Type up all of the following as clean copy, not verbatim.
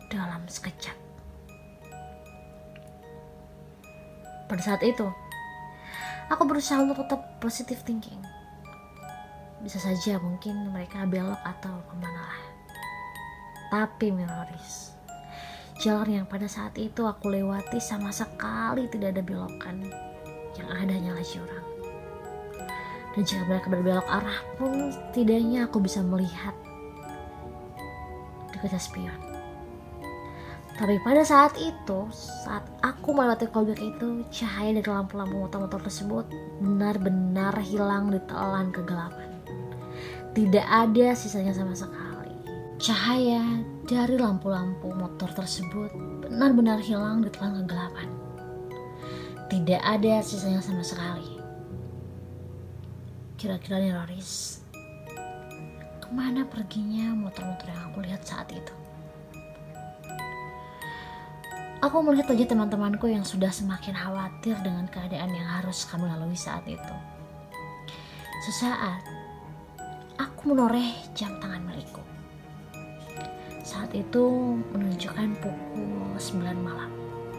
dalam sekejap. Pada saat itu, aku berusaha untuk tetap positive thinking. Bisa saja mungkin mereka belok atau kemana lah. Tapi Minoris, jalan yang pada saat itu aku lewati sama sekali tidak ada belokan. Yang ada hanyalah jurang. Dan jika mereka berbelok arah pun, setidaknya aku bisa melihat di kaca spion. Tapi pada saat itu, saat aku melewati komplek itu, cahaya dari lampu-lampu motor-motor tersebut benar-benar hilang ditelan kegelapan. Tidak ada sisanya sama sekali. Cahaya dari lampu-lampu motor tersebut benar-benar hilang ditelan kegelapan. Tidak ada sisanya sama sekali. Kira-kira nih Roris, kemana perginya motor-motor yang aku lihat saat itu? Aku melihat wajah teman-temanku yang sudah semakin khawatir dengan keadaan yang harus kami lalui saat itu. Sesaat, aku menoreh jam tangan milikku. Saat itu menunjukkan pukul 9 malam.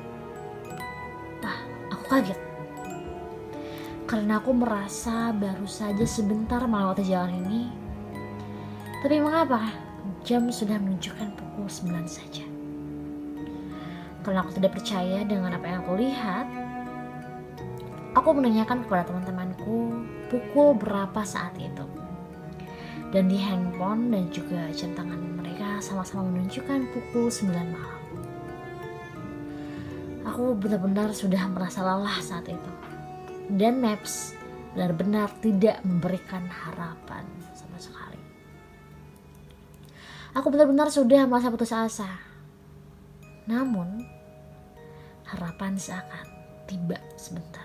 Wah, aku kaget. Karena aku merasa baru saja sebentar melewati jalan ini. Tapi mengapa jam sudah menunjukkan pukul 9 saja? Karena aku tidak percaya dengan apa yang aku lihat, aku menanyakan kepada teman-temanku pukul berapa saat itu. Dan di handphone dan juga jam tangan mereka sama-sama menunjukkan pukul 9 malam. Aku benar-benar sudah merasa lelah saat itu. Dan Maps benar-benar tidak memberikan harapan sama sekali. Aku benar-benar sudah merasa putus asa. Namun, harapan seakan tiba sebentar.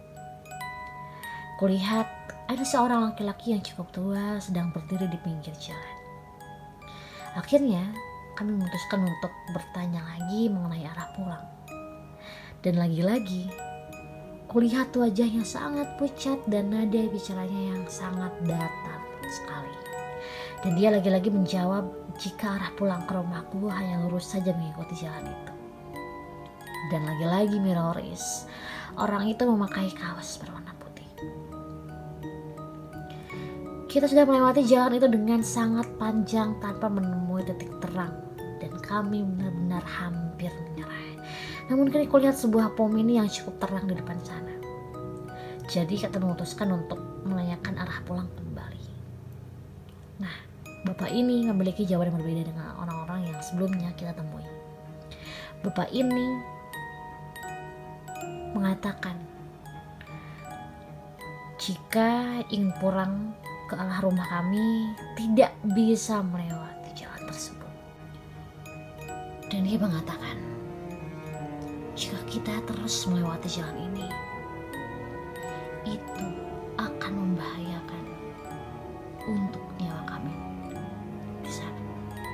Kulihat ada seorang laki-laki yang cukup tua sedang berdiri di pinggir jalan. Akhirnya, kami memutuskan untuk bertanya lagi mengenai arah pulang. Dan lagi-lagi, kulihat wajahnya sangat pucat dan nada bicaranya yang sangat datar sekali. Dan dia lagi-lagi menjawab jika arah pulang ke rumahku hanya lurus saja mengikuti jalan itu. Dan lagi-lagi Minoris, orang itu memakai kaos berwarna putih. Kita sudah melewati jalan itu dengan sangat panjang tanpa menemui titik terang. Dan kami benar-benar hampir menyerah. Namun kini kulihat sebuah pom ini yang cukup terang di depan sana. Jadi kita memutuskan untuk menanyakan arah pulang kembali. Nah, bapak ini memiliki jawaban yang berbeda dengan orang-orang yang sebelumnya kita temui. Bapak ini mengatakan jika ingin pulang ke arah rumah kami tidak bisa melewati jalan tersebut. Dan dia mengatakan jika kita terus melewati jalan ini, itu akan membahayakan untuk nyawa kami di sana.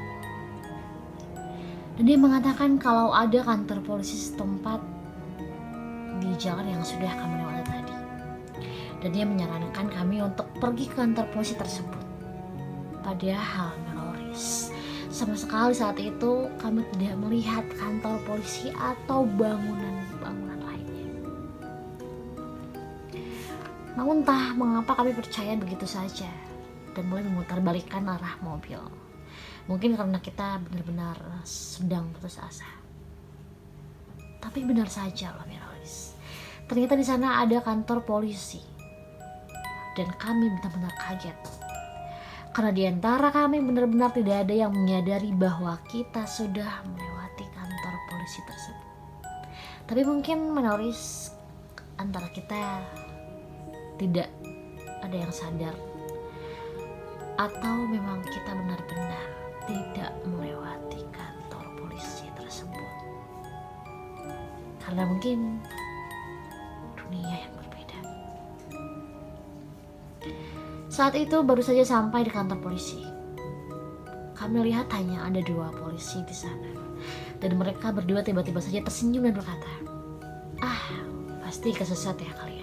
Dan dia mengatakan kalau ada kantor polisi setempat di jalan yang sudah kami lewati tadi. Dan dia menyarankan kami untuk pergi ke kantor polisi tersebut. Padahal Minoris, sama sekali saat itu kami tidak melihat kantor polisi atau bangunan-bangunan lainnya. Namun entah mengapa kami percaya begitu saja dan mulai memutarbalikkan arah mobil. Mungkin karena kita benar-benar sedang putus asa. Tapi benar saja loh Minoris. Ternyata di sana ada kantor polisi. Dan kami benar-benar kaget. Karena di antara kami benar-benar tidak ada yang menyadari bahwa kita sudah melewati kantor polisi tersebut. Tapi mungkin Minoris antara kita tidak ada yang sadar. Atau memang kita benar-benar tidak melewati kantor polisi tersebut. Karena mungkin dunia yang berbeda. Saat itu baru saja sampai di kantor polisi. Kami lihat hanya ada 2 polisi di sana. Dan mereka berdua tiba-tiba saja tersenyum dan berkata, pasti kesesat ya kalian.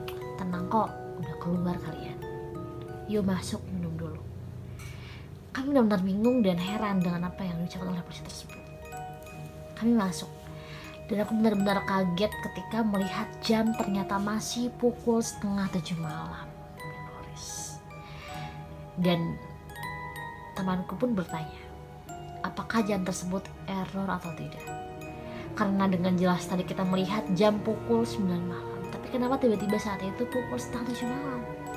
Tenang kok, udah keluar kalian. Yuk masuk minum dulu. Kami benar-benar bingung dan heran dengan apa yang diucapkan oleh polisi tersebut. Kami masuk, dan aku benar-benar kaget ketika melihat jam ternyata masih pukul 6:30 malam. Dan temanku pun bertanya, apakah jam tersebut error atau tidak? Karena dengan jelas tadi kita melihat jam pukul 9 malam, tapi kenapa tiba-tiba saat itu pukul 6:30 malam?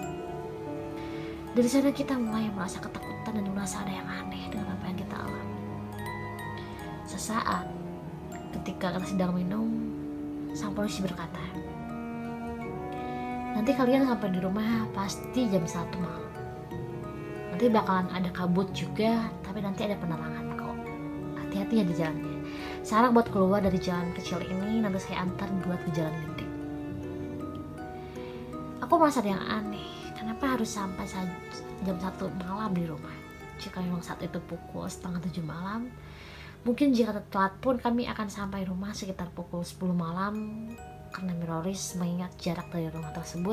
Dari sana kita mulai merasa ketakutan dan merasa ada yang aneh dengan apa yang kita alami. Sesaat ketika kita sedang minum, sang polisi berkata, nanti kalian sampai di rumah pasti jam 1 malam. Nanti bakalan ada kabut juga, tapi nanti ada penerangan kok. Hati-hati ya di jalannya. Saran buat keluar dari jalan kecil ini, nanti saya antar buat ke jalan gede. Aku merasa ada yang aneh. Kenapa harus sampai jam 1 malam di rumah? Jika memang saat itu pukul 6:30 malam, mungkin jika telat pun kami akan sampai rumah sekitar pukul 10 malam. Karena Miroris mengingat jarak dari rumah tersebut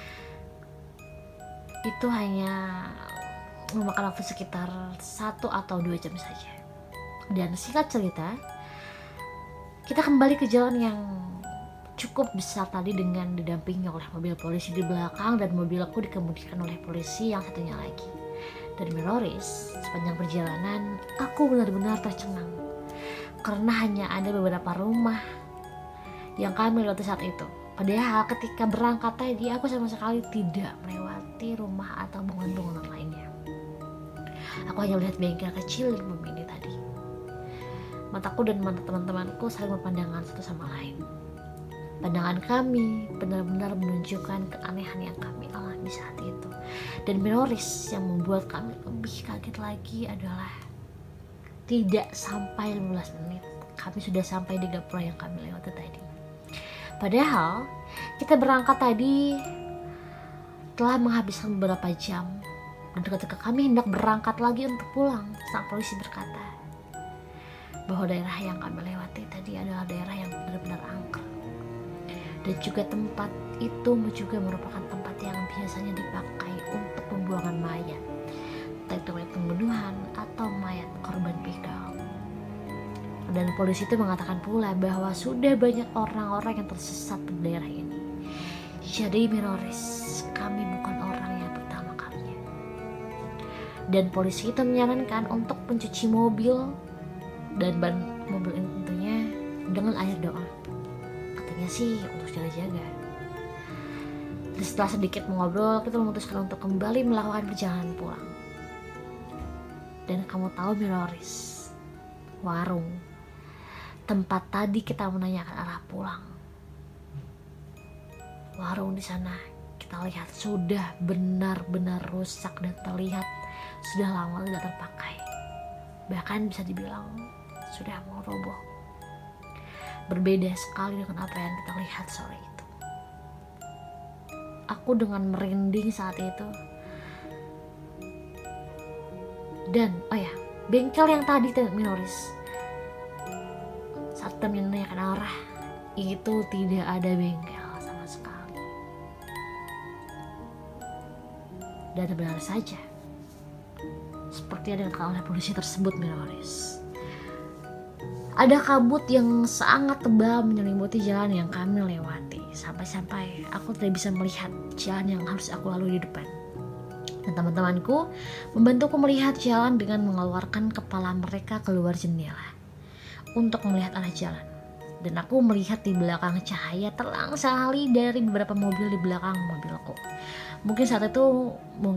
itu hanya memakan waktu sekitar 1 atau 2 jam saja. Dan singkat cerita, kita kembali ke jalan yang cukup besar tadi dengan didampingi oleh mobil polisi di belakang, dan mobilku dikemudikan oleh polisi yang satunya lagi. Dan Miroris, sepanjang perjalanan aku benar-benar tercengang karena hanya ada beberapa rumah yang kami lewati saat itu. Padahal ketika berangkat tadi aku sama sekali tidak melewati rumah atau bangunan-bangunan lainnya. Aku hanya melihat bengkel kecil yang memilih tadi. Mataku dan mata teman-temanku saling berpandangan satu sama lain. Pandangan kami benar-benar menunjukkan keanehan yang kami alami saat itu. Dan Miroris yang membuat kami lebih kaget lagi adalah tidak sampai 15 menit kami sudah sampai di gapura yang kami lewati tadi. Padahal kita berangkat tadi telah menghabiskan beberapa jam, dan ketika kami hendak berangkat lagi untuk pulang, sang polisi berkata bahwa daerah yang kami lewati tadi adalah daerah yang benar-benar angker. Dan juga tempat itu juga merupakan tempat yang biasanya dipakai untuk pembuangan mayat, entah itu mayat pembunuhan atau mayat korban begal. Dan polisi itu mengatakan pula bahwa sudah banyak orang-orang yang tersesat di daerah ini. Jadi Miroris, kami bukan orang yang pertama kalinya. Dan polisi itu menyarankan untuk mencuci mobil dan ban mobil ini tentunya dengan air doa. Sih untuk jaga-jaga. Dan setelah sedikit mengobrol, kita memutuskan untuk kembali melakukan perjalanan pulang. Dan kamu tahu Miroris, warung tempat tadi kita menanyakan arah pulang, warung di sana kita lihat sudah benar-benar rusak dan terlihat sudah lama tidak terpakai. Bahkan bisa dibilang sudah mau roboh. Berbeda sekali dengan apa yang kita lihat sore itu. Aku dengan merinding saat itu. Dan bengkel yang tadi Miroris, saat kita menanyakan arah, itu tidak ada bengkel sama sekali. Dan benar saja, seperti yang dikatakan oleh polisi tersebut, Miroris, ada kabut yang sangat tebal menyelimuti jalan yang kami lewati. Sampai-sampai aku tidak bisa melihat jalan yang harus aku lalui di depan. Dan teman-temanku membantuku melihat jalan dengan mengeluarkan kepala mereka keluar jendela untuk melihat arah jalan. Dan aku melihat di belakang cahaya terang sekali dari beberapa mobil di belakang mobilku. Mungkin saat itu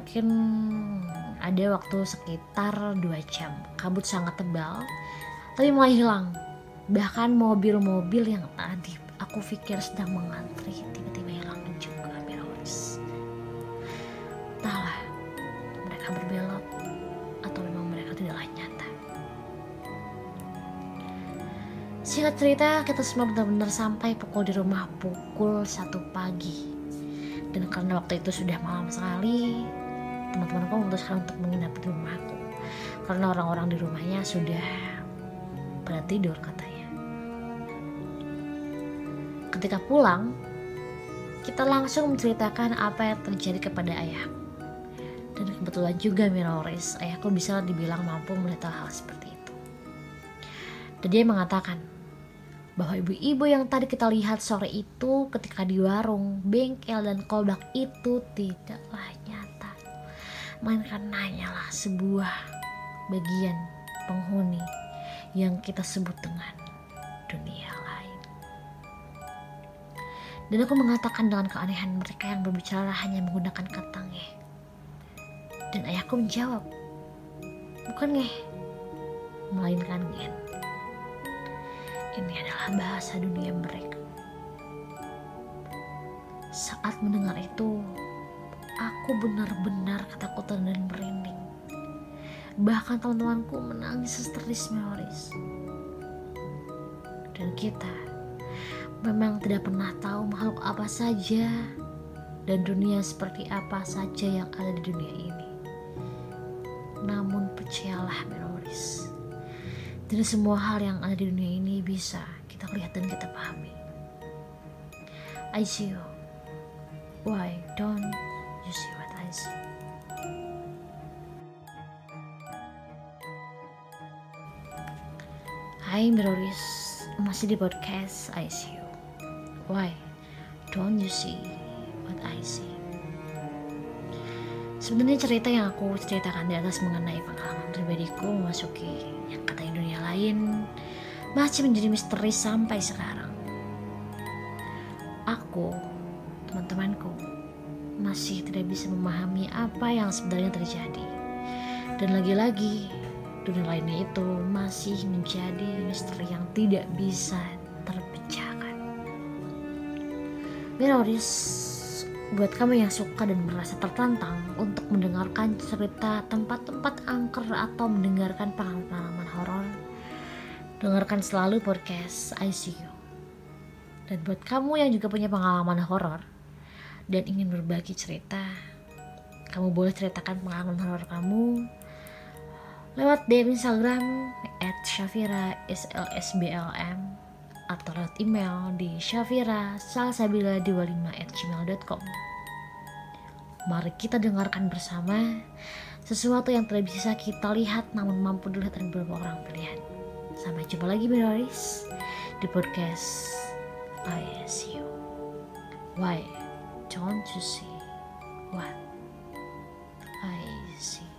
ada waktu sekitar 2 jam. Kabut sangat tebal, tapi mulai hilang. Bahkan mobil-mobil yang tadi aku pikir sedang mengantri tiba-tiba hilang juga, Miroris. Entahlah, mereka berbelok atau memang mereka tidaklah nyata. Singkat cerita, kita semua benar-benar sampai di rumah pukul 1 pagi. Dan karena waktu itu sudah malam sekali, teman-temanku memutuskan untuk menginap di rumahku. Karena orang-orang di rumahnya sudah pada tidur katanya. Ketika pulang, kita langsung menceritakan apa yang terjadi kepada ayahku. Dan kebetulan juga Minoris, ayahku bisa dibilang mampu melihat hal seperti itu. Dan dia mengatakan bahwa ibu-ibu yang tadi kita lihat sore itu ketika di warung, bengkel, dan kolbak itu tidaklah nyata, melainkan hanyalah sebuah bagian penghuni yang kita sebut dengan dunia lain. Dan aku mengatakan dengan keanehan mereka yang berbicara hanya menggunakan kata ngeh. Dan ayahku menjawab, bukan ngeh, melainkan ngen. Ini adalah bahasa dunia mereka. Saat mendengar itu, aku benar-benar ketakutan dan merinding. Bahkan teman-temanku menangis histeris Minoris. Dan kita memang tidak pernah tahu makhluk apa saja dan dunia seperti apa saja yang ada di dunia ini. Namun percayalah Minoris, tidak semua hal yang ada di dunia ini bisa kita lihat dan kita pahami. I see you. Why don't you see what I see? Hai Minoris, masih di podcast I see you. Why don't you see what I see? Sebenarnya cerita yang aku ceritakan di atas mengenai pengalaman pribadiku memasuki yang katanya dunia lain masih menjadi misteri sampai sekarang. Aku, teman-temanku, masih tidak bisa memahami apa yang sebenarnya terjadi. Dan lagi-lagi, dunia lainnya itu masih menjadi misteri yang tidak bisa terpecahkan. Minoris, buat kamu yang suka dan merasa tertantang untuk mendengarkan cerita tempat-tempat angker atau mendengarkan pengalaman horor, dengarkan selalu podcast I See You. Dan buat kamu yang juga punya pengalaman horor dan ingin berbagi cerita, kamu boleh ceritakan pengalaman horor kamu lewat DM Instagram @shafira_slsblm atau lewat email di shafira_salsabila25@gmail.com. Mari kita dengarkan bersama sesuatu yang tidak bisa kita lihat namun mampu dilihat oleh beberapa orang pilihan. Sampai jumpa lagi Minoris di podcast I See You. Why don't you see what I see?